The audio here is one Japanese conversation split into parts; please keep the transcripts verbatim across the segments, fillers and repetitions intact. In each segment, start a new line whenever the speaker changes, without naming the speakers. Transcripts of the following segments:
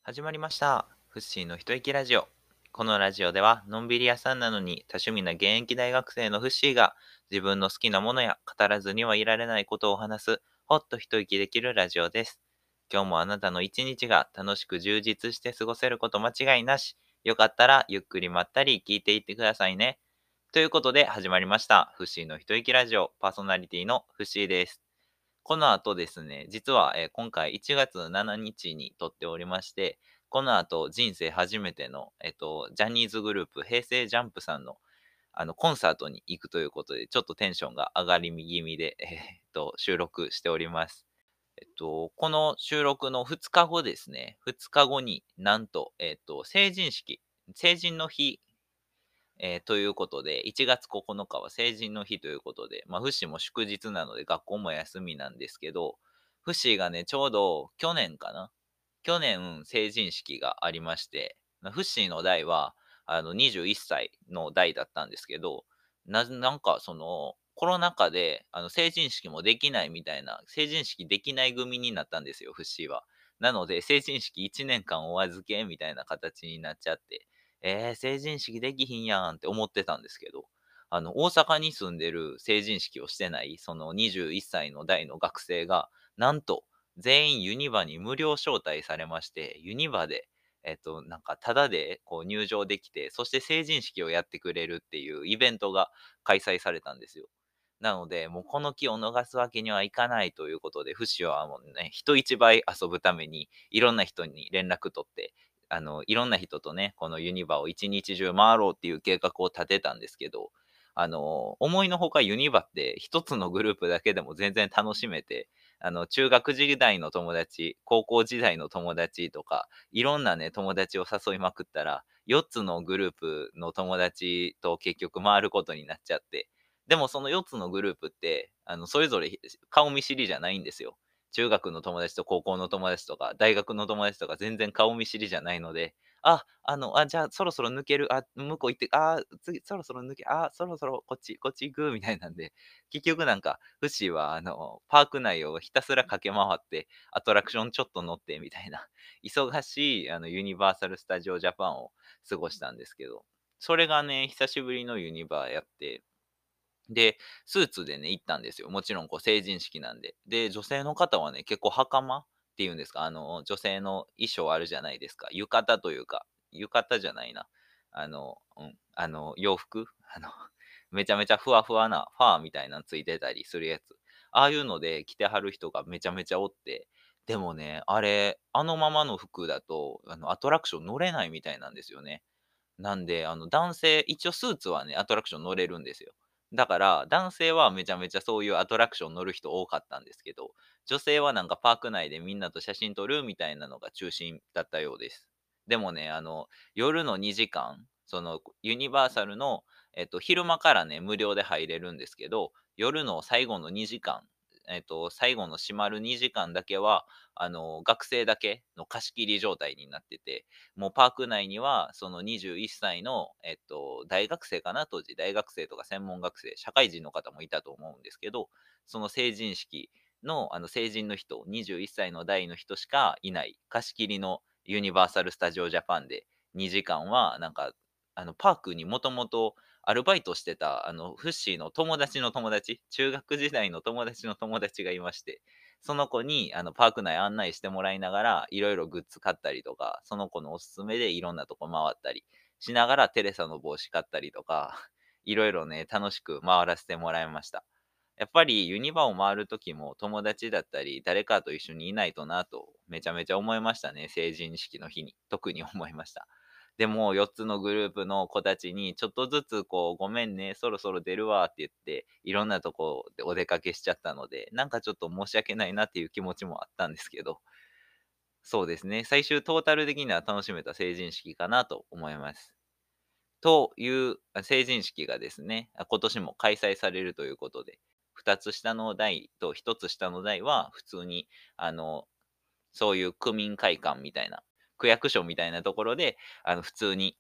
始まりました。フッシーの一息ラジオ。このラジオでは、のんびり屋さんなのに多趣味な現役大学生のフッシーが、自分の好きなものや語らずにはいられないことを話す、ほっと一息できるラジオです。今日もあなたの一日が楽しく充実して過ごせること間違いなし。よかったらゆっくりまったり聞いていってくださいね。ということで始まりました。フッシーの一息ラジオ、パーソナリティのフッシーです。この後ですね、実は、えー今回いちがつついたちにちに撮っておりまして、この後人生初めての、えっと、ジャニーズグループ、平成ジャンプさんの、あの、コンサートに行くということで、ちょっとテンションが上がり気味で、えーっと、収録しております。えっと、この収録のふつかごですね、ふつかごになんと、えっと、成人式、成人の日えーということで、いちがつここのかは成人の日ということで、まあ、フッシーも祝日なので学校も休みなんですけど、フッシーがね、ちょうど去年かな去年成人式がありまして、まあフッシーの代は、あの、にじゅういっさいの代だったんですけど、な、なんかその、コロナ禍で、あの、成人式もできないみたいな、成人式できない組になったんですよ、フッシーは。なので、成人式いちねんかんお預けみたいな形になっちゃって、えー、成人式できひんやんって思ってたんですけど、あの、大阪に住んでる成人式をしてない、そのにじゅういっさいの代の学生が、なんと、全員ユニバに無料招待されまして、ユニバで、えっと、なんか、タダでこう入場できて、そして成人式をやってくれるっていうイベントが開催されたんですよ。なので、もうこの機を逃すわけにはいかないということで、フシはもうね、人一倍遊ぶために、いろんな人に連絡取って、あの、いろんな人とね、このユニバを一日中回ろうっていう計画を立てたんですけど、あの、思いのほかユニバって一つのグループだけでも全然楽しめて、あの、中学時代の友達、高校時代の友達とか、いろんなね、友達を誘いまくったら、よっつのグループの友達と結局回ることになっちゃって、でもそのよっつのグループって、あの、それぞれ顔見知りじゃないんですよ。中学の友達と高校の友達とか、大学の友達とか全然顔見知りじゃないので、あ、あの、あ、じゃあそろそろ抜ける、あ、向こう行って、あ、次そろそろ抜け、あ、そろそろこっち、こっち行くみたいなんで、結局なんか、フッシーはあの、パーク内をひたすら駆け回って、アトラクションちょっと乗ってみたいな、忙しいあのユニバーサル・スタジオ・ジャパンを過ごしたんですけど、それがね、久しぶりのユニバーやって、で、スーツでね、行ったんですよ。もちろんこう成人式なんで。で、女性の方はね、結構袴っていうんですか、あの、女性の衣装あるじゃないですか。浴衣というか、浴衣じゃないな。あの、うん、あの、洋服あの、めちゃめちゃふわふわなファーみたいなのついてたりするやつ。ああいうので着てはる人がめちゃめちゃおって、でもね、あれ、あのままの服だと、あの、アトラクション乗れないみたいなんですよね。なんで、あの、男性、一応スーツはね、アトラクション乗れるんですよ。だから、男性はめちゃめちゃそういうアトラクション乗る人多かったんですけど、女性はなんかパーク内でみんなと写真撮るみたいなのが中心だったようです。でもね、あの、夜のにじかん、その、ユニバーサルの、えっと、昼間からね、無料で入れるんですけど、夜の最後のにじかん、えっと、最後の閉まるにじかんだけは、あの、学生だけの貸し切り状態になってて、もうパーク内には、そのにじゅういっさいの、えっと、大学生かな、当時、大学生とか専門学生、社会人の方もいたと思うんですけど、その成人式の、あの、成人の人、にじゅういっさいの代の人しかいない、貸し切りのユニバーサル・スタジオ・ジャパンで、にじかんは、なんか、あの、パークにもともとアルバイトしてた、あの、フッシーの友達の友達、中学時代の友達の友達がいまして、その子に、あの、パーク内案内してもらいながら、いろいろグッズ買ったりとか、その子のおすすめでいろんなとこ回ったりしながら、テレサの帽子買ったりとか、いろいろね、楽しく回らせてもらいました。やっぱりユニバを回るときも友達だったり、誰かと一緒にいないとなと、めちゃめちゃ思いましたね。成人式の日に。特に思いました。でも、よっつのグループの子たちに、ちょっとずつ、こう、ごめんね、そろそろ出るわって言って、いろんなとこでお出かけしちゃったので、なんかちょっと申し訳ないなっていう気持ちもあったんですけど、そうですね、最終トータル的には楽しめた成人式かなと思います。というあ成人式がですね、あ今年も開催されるということで、ふたつ下の代とひとつ下の代は普通に、あの、そういう区民会館みたいな、区役所みたいなところで、あの、普通に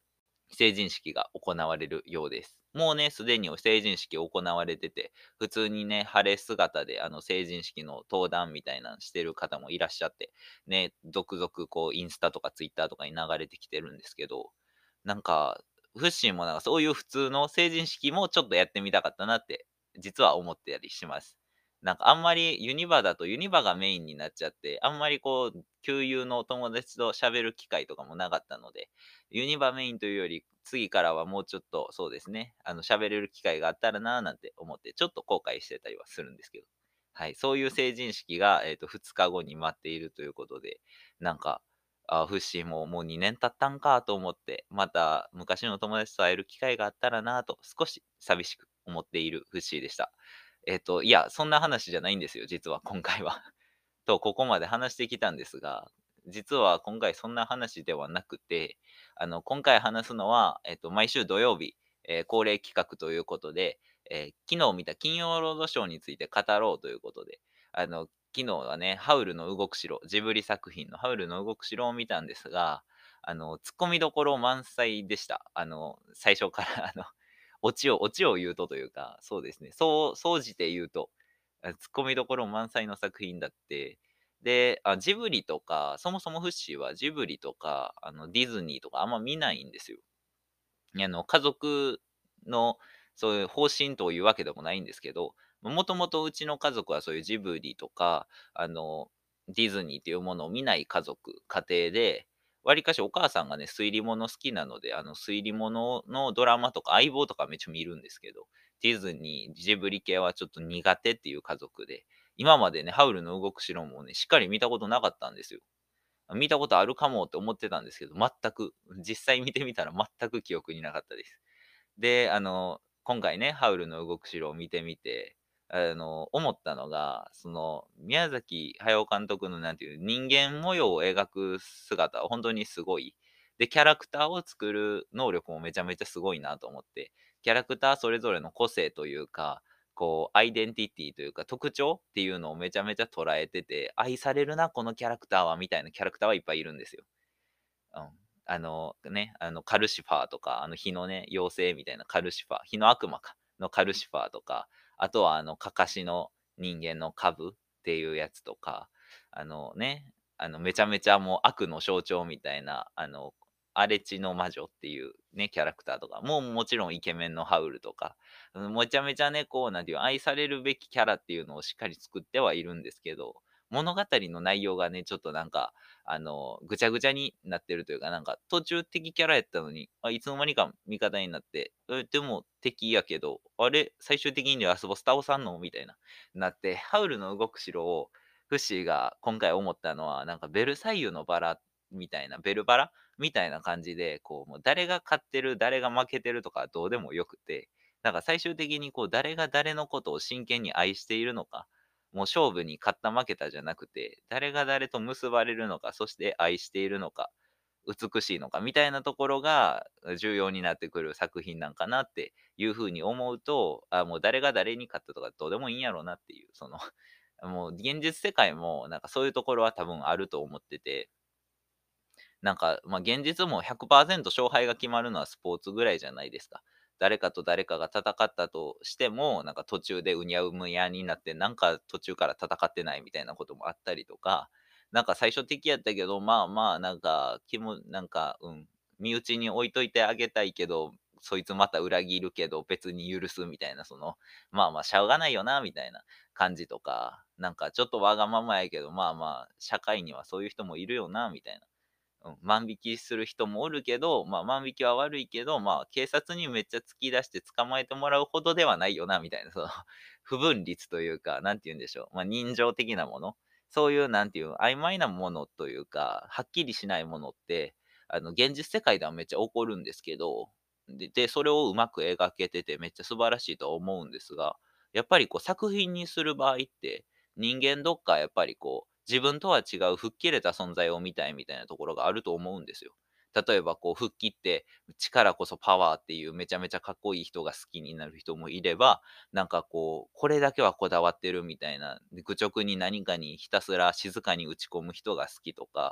成人式が行われるようです。もうね、すでに成人式行われてて、普通にね、晴れ姿であの成人式の登壇みたいなのしてる方もいらっしゃって、ね、続々こうインスタとかツイッターとかに流れてきてるんですけど、なんか、フッシーもなんかそういう普通の成人式もちょっとやってみたかったなって、実は思ってたりします。なんかあんまりユニバだとユニバがメインになっちゃって、あんまりこう、旧友のお友達と喋る機会とかもなかったので、ユニバメインというより、次からはもうちょっと、そうですね、あの、喋れる機会があったらなぁなんて思って、ちょっと後悔してたりはするんですけど。はい、そういう成人式が、えっと、ふつかごに待っているということで、なんか、あ、フッシーももうにねん経ったんかと思って、また昔の友達と会える機会があったらなぁと、少し寂しく思っているフッシーでした。えっと、いや、そんな話じゃないんですよ、実は今回は。と、ここまで話してきたんですが、実は今回そんな話ではなくて、あの、今回話すのは、えっと、毎週土曜日、えー恒例企画ということで、えー昨日見た金曜ロードショーについて語ろうということで、あの、昨日はね、ハウルの動く城、ジブリ作品のハウルの動く城を見たんですが、あの、突っ込みどころ満載でした。あの、最初から、あの、オチを、オチを言うとというか、そうですね、そう、総じて言うと、あ突っ込みどころ満載の作品だって、で、あ、ジブリとか、そもそもフッシーはジブリとか、あの、ディズニーとかあんま見ないんですよ。あの、家族のそういう方針というわけでもないんですけど、もともとうちの家族はそういうジブリとか、あの、ディズニーっていうものを見ない家族、家庭で、わりかしお母さんがね、推理物好きなので、あの、推理物のドラマとか相棒とかめっちゃ見るんですけど、ディズニー、ジブリ系はちょっと苦手っていう家族で、今までね、ハウルの動く城もね、しっかり見たことなかったんですよ。見たことあるかもって思ってたんですけど、全く、実際見てみたら全く記憶になかったです。で、あの、今回ね、ハウルの動く城を見てみて、あの、思ったのが、その、宮崎駿監督のなんていう、人間模様を描く姿は本当にすごい。で、キャラクターを作る能力もめちゃめちゃすごいなと思って、キャラクターそれぞれの個性というか、こう、アイデンティティというか、特徴っていうのをめちゃめちゃ捉えてて、愛されるな、このキャラクターは、みたいなキャラクターはいっぱいいるんですよ。うん。あの、ね、あの、カルシファーとか、あの、火のね、妖精みたいなカルシファー、火の悪魔か、のカルシファーとか、あとは、あの、かかしの人間の株っていうやつとか、あのね、あの、めちゃめちゃもう悪の象徴みたいな、あの、荒地の魔女っていうね、キャラクターとか、もうもちろんイケメンのハウルとか、うん、めちゃめちゃね、こう、なんていう、愛されるべきキャラっていうのをしっかり作ってはいるんですけど、物語の内容がね、ちょっとなんか、あの、ぐちゃぐちゃになってるというか、なんか途中敵キャラやったのに、あ、いつの間にか味方になって、え、でも敵やけど、あれ、最終的にラスボス倒さんのみたいな、なって、ハウルの動く城を、フッシーが今回思ったのは、なんかベルサイユのバラみたいな、ベルバラみたいな感じで、こう、もう誰が勝ってる、誰が負けてるとかどうでもよくて、なんか最終的にこう、誰が誰のことを真剣に愛しているのか、もう勝負に勝った負けたじゃなくて、誰が誰と結ばれるのか、そして愛しているのか、美しいのかみたいなところが重要になってくる作品なんかなっていうふうに思うと、あ、もう誰が誰に勝ったとかどうでもいいんやろうなっていう、その、もう現実世界もなんかそういうところは多分あると思ってて、なんか、まあ、現実もひゃくパーセント勝敗が決まるのはスポーツぐらいじゃないですか。誰かと誰かが戦ったとしても、なんか途中でうにゃうむやになって、なんか途中から戦ってないみたいなこともあったりとか、なんか最初敵やったけど、まあまあ、なんか、気も、なんか、うん、身内に置いといてあげたいけど、そいつまた裏切るけど別に許すみたいな、その、まあまあ、しょうがないよな、みたいな感じとか、なんかちょっとわがままやけど、まあまあ、社会にはそういう人もいるよな、みたいな。うん、万引きする人もおるけど、まあ、万引きは悪いけど、まあ、警察にめっちゃ突き出して捕まえてもらうほどではないよな、みたいな、その不分率というか、なんて言うんでしょう。まあ、人情的なもの。そういう、なんていう、曖昧なものというか、はっきりしないものって、あの、現実世界ではめっちゃ起こるんですけど、で、でそれをうまく描けててめっちゃ素晴らしいとは思うんですが、やっぱりこう作品にする場合って、人間どっかやっぱりこう、自分とは違う吹っ切れた存在を見たいみたいなところがあると思うんですよ。例えばこう吹っ切って力こそパワーっていうめちゃめちゃかっこいい人が好きになる人もいれば、なんかこう、これだけはこだわってるみたいな、で愚直に何かにひたすら静かに打ち込む人が好きとか、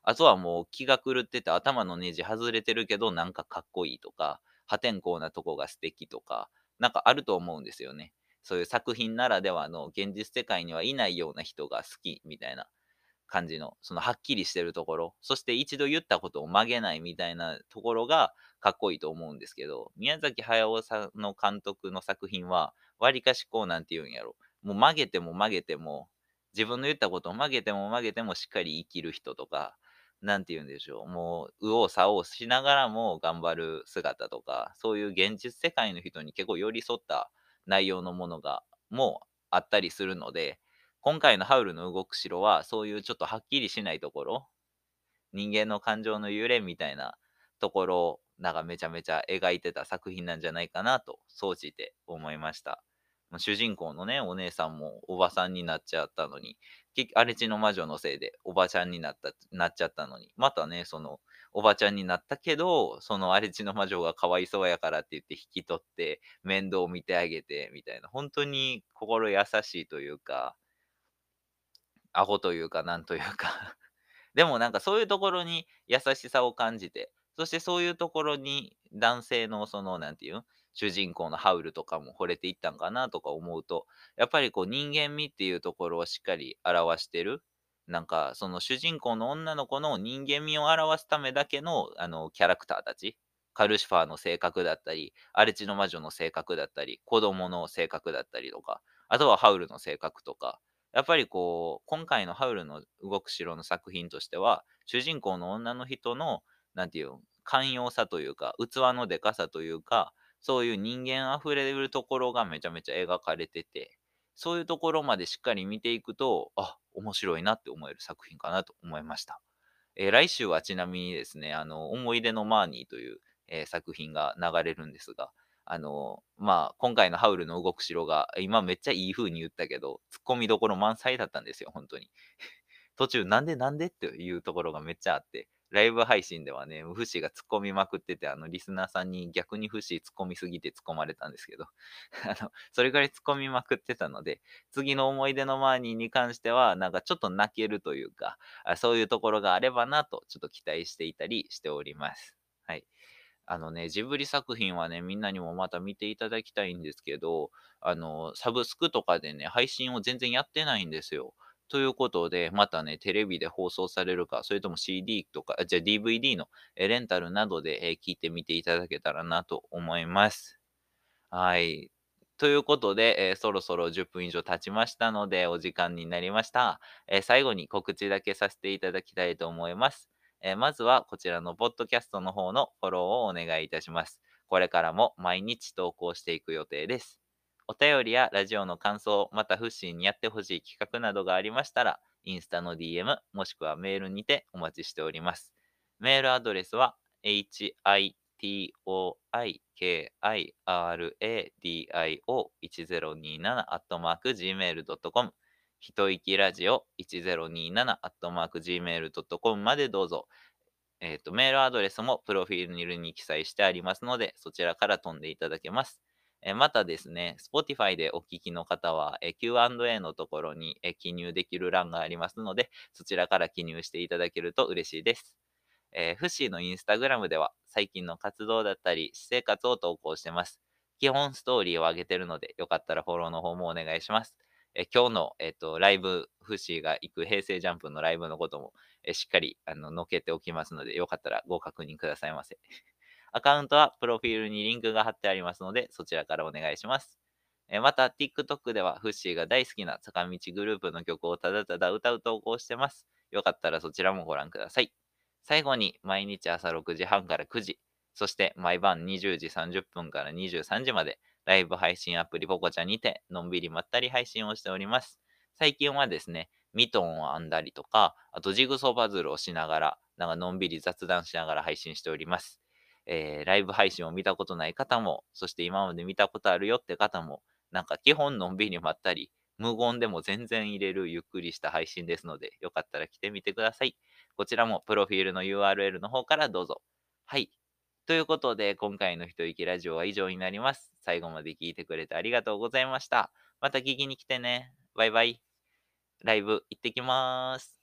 あとはもう気が狂ってて頭のネジ外れてるけどなんかかっこいいとか、破天荒なとこが素敵とか、なんかあると思うんですよね。そういう作品ならではの現実世界にはいないような人が好きみたいな感じの、そのはっきりしてるところ、そして一度言ったことを曲げないみたいなところがかっこいいと思うんですけど、宮崎駿さんの監督の作品は、わりかしこうなんて言うんやろ。もう曲げても曲げても、自分の言ったことを曲げても曲げてもしっかり生きる人とか、なんて言うんでしょう。もう、右往左往しながらも頑張る姿とか、そういう現実世界の人に結構寄り添った内容のものが、もうあったりするので、今回のハウルの動く城は、そういうちょっとはっきりしないところ、人間の感情の揺れみたいなところを、なんかめちゃめちゃ描いてた作品なんじゃないかなと、総じて思いました。まあ主人公のね、お姉さんもおばさんになっちゃったのに、結局荒地の魔女のせいでおばちゃんになった、なっちゃったのに、またね、その、おばちゃんになったけど、その荒地の魔女がかわいそうやからって言って引き取って、面倒を見てあげて、みたいな、本当に心優しいというか、アホというか、なんというかでもなんかそういうところに優しさを感じて、そしてそういうところに男性のその、なんていうの主人公のハウルとかも惚れていったんかなとか思うと、やっぱりこう人間味っていうところをしっかり表してる。なんかその主人公の女の子の人間味を表すためだけのあのキャラクターたち。カルシファーの性格だったり、荒地の魔女の性格だったり、子供の性格だったりとか、あとはハウルの性格とか、やっぱりこう、今回のハウルの動く城の作品としては、主人公の女の人の、なんていうの、寛容さというか、器のでかさというか、そういう人間あふれるところがめちゃめちゃ描かれてて、そういうところまでしっかり見ていくと、あ、面白いなって思える作品かなと思いました。えー来週はちなみにですね、あの、思い出のマーニーという、えー作品が流れるんですが、あの、まあ、今回のハウルの動く城が、今めっちゃいい風に言ったけど、突っ込みどころ満載だったんですよ、本当に。途中、なんでなんでっていうところがめっちゃあって、ライブ配信ではね、フシが突っ込みまくってて、あの、リスナーさんに逆にフシ突っ込みすぎて突っ込まれたんですけど、あの、それぐらい突っ込みまくってたので、次の思い出のマーニーに関しては、なんかちょっと泣けるというか、あそういうところがあればなと、ちょっと期待していたりしております。はい。あのね、ジブリ作品はね、みんなにもまた見ていただきたいんですけど、あの、サブスクとかでね、配信を全然やってないんですよ。ということで、またね、テレビで放送されるか、それとも シーディー とか、あじゃあ ディーブイディー のえレンタルなどでえー聞いてみていただけたらなと思います。はい。ということで、えーそろそろじゅっぷん以上経ちましたので、お時間になりました。えー最後に告知だけさせていただきたいと思います。えーまずは、こちらのポッドキャストの方のフォローをお願いいたします。これからも毎日投稿していく予定です。お便りやラジオの感想、またフッシーにやってほしい企画などがありましたら、インスタの ディーエム、もしくはメールにてお待ちしております。メールアドレスは、h i t o i k i r a d i o いちぜろにななアットマーク gmail ドットコム 一息ラジオいちぜろにななアットマーク gmail ドットコムまでどうぞ。えっ、と、メールアドレスもプロフィールに記載してありますので、そちらから飛んでいただけます。えーまたですね、Spotify でお聞きの方は、えー キューアンドエー のところに、えー記入できる欄がありますので、そちらから記入していただけると嬉しいです。えーフッシーのインスタグラムでは最近の活動だったり、私生活を投稿してます。基本ストーリーを上げてるので、よかったらフォローの方もお願いします。えー今日の、えっとライブ、フッシーが行く平成ジャンプのライブのことも、えーしっかりあの載っけておきますので、よかったらご確認くださいませ。アカウントはプロフィールにリンクが貼ってありますので、そちらからお願いします。えーまた、TikTok ではフッシーが大好きな坂道グループの曲をただただ歌う投稿してます。よかったらそちらもご覧ください。最後に、毎日朝ろくじはんからくじ、そして毎晩にじゅうじさんじゅっぷんからにじゅうさんじまで、ライブ配信アプリポコチャにて、のんびりまったり配信をしております。最近はですね、ミトンを編んだりとか、あとジグソーパズルをしながら、なんかのんびり雑談しながら配信しております。えーライブ配信を見たことない方も、そして今まで見たことあるよって方も、なんか基本のんびりまったり、無言でも全然入れるゆっくりした配信ですので、よかったら来てみてください。こちらもプロフィールの ユーアールエル の方からどうぞ。はい。ということで、今回の一息ラジオは以上になります。最後まで聞いてくれてありがとうございました。また聞きに来てね。バイバイ。ライブ行ってきまーす。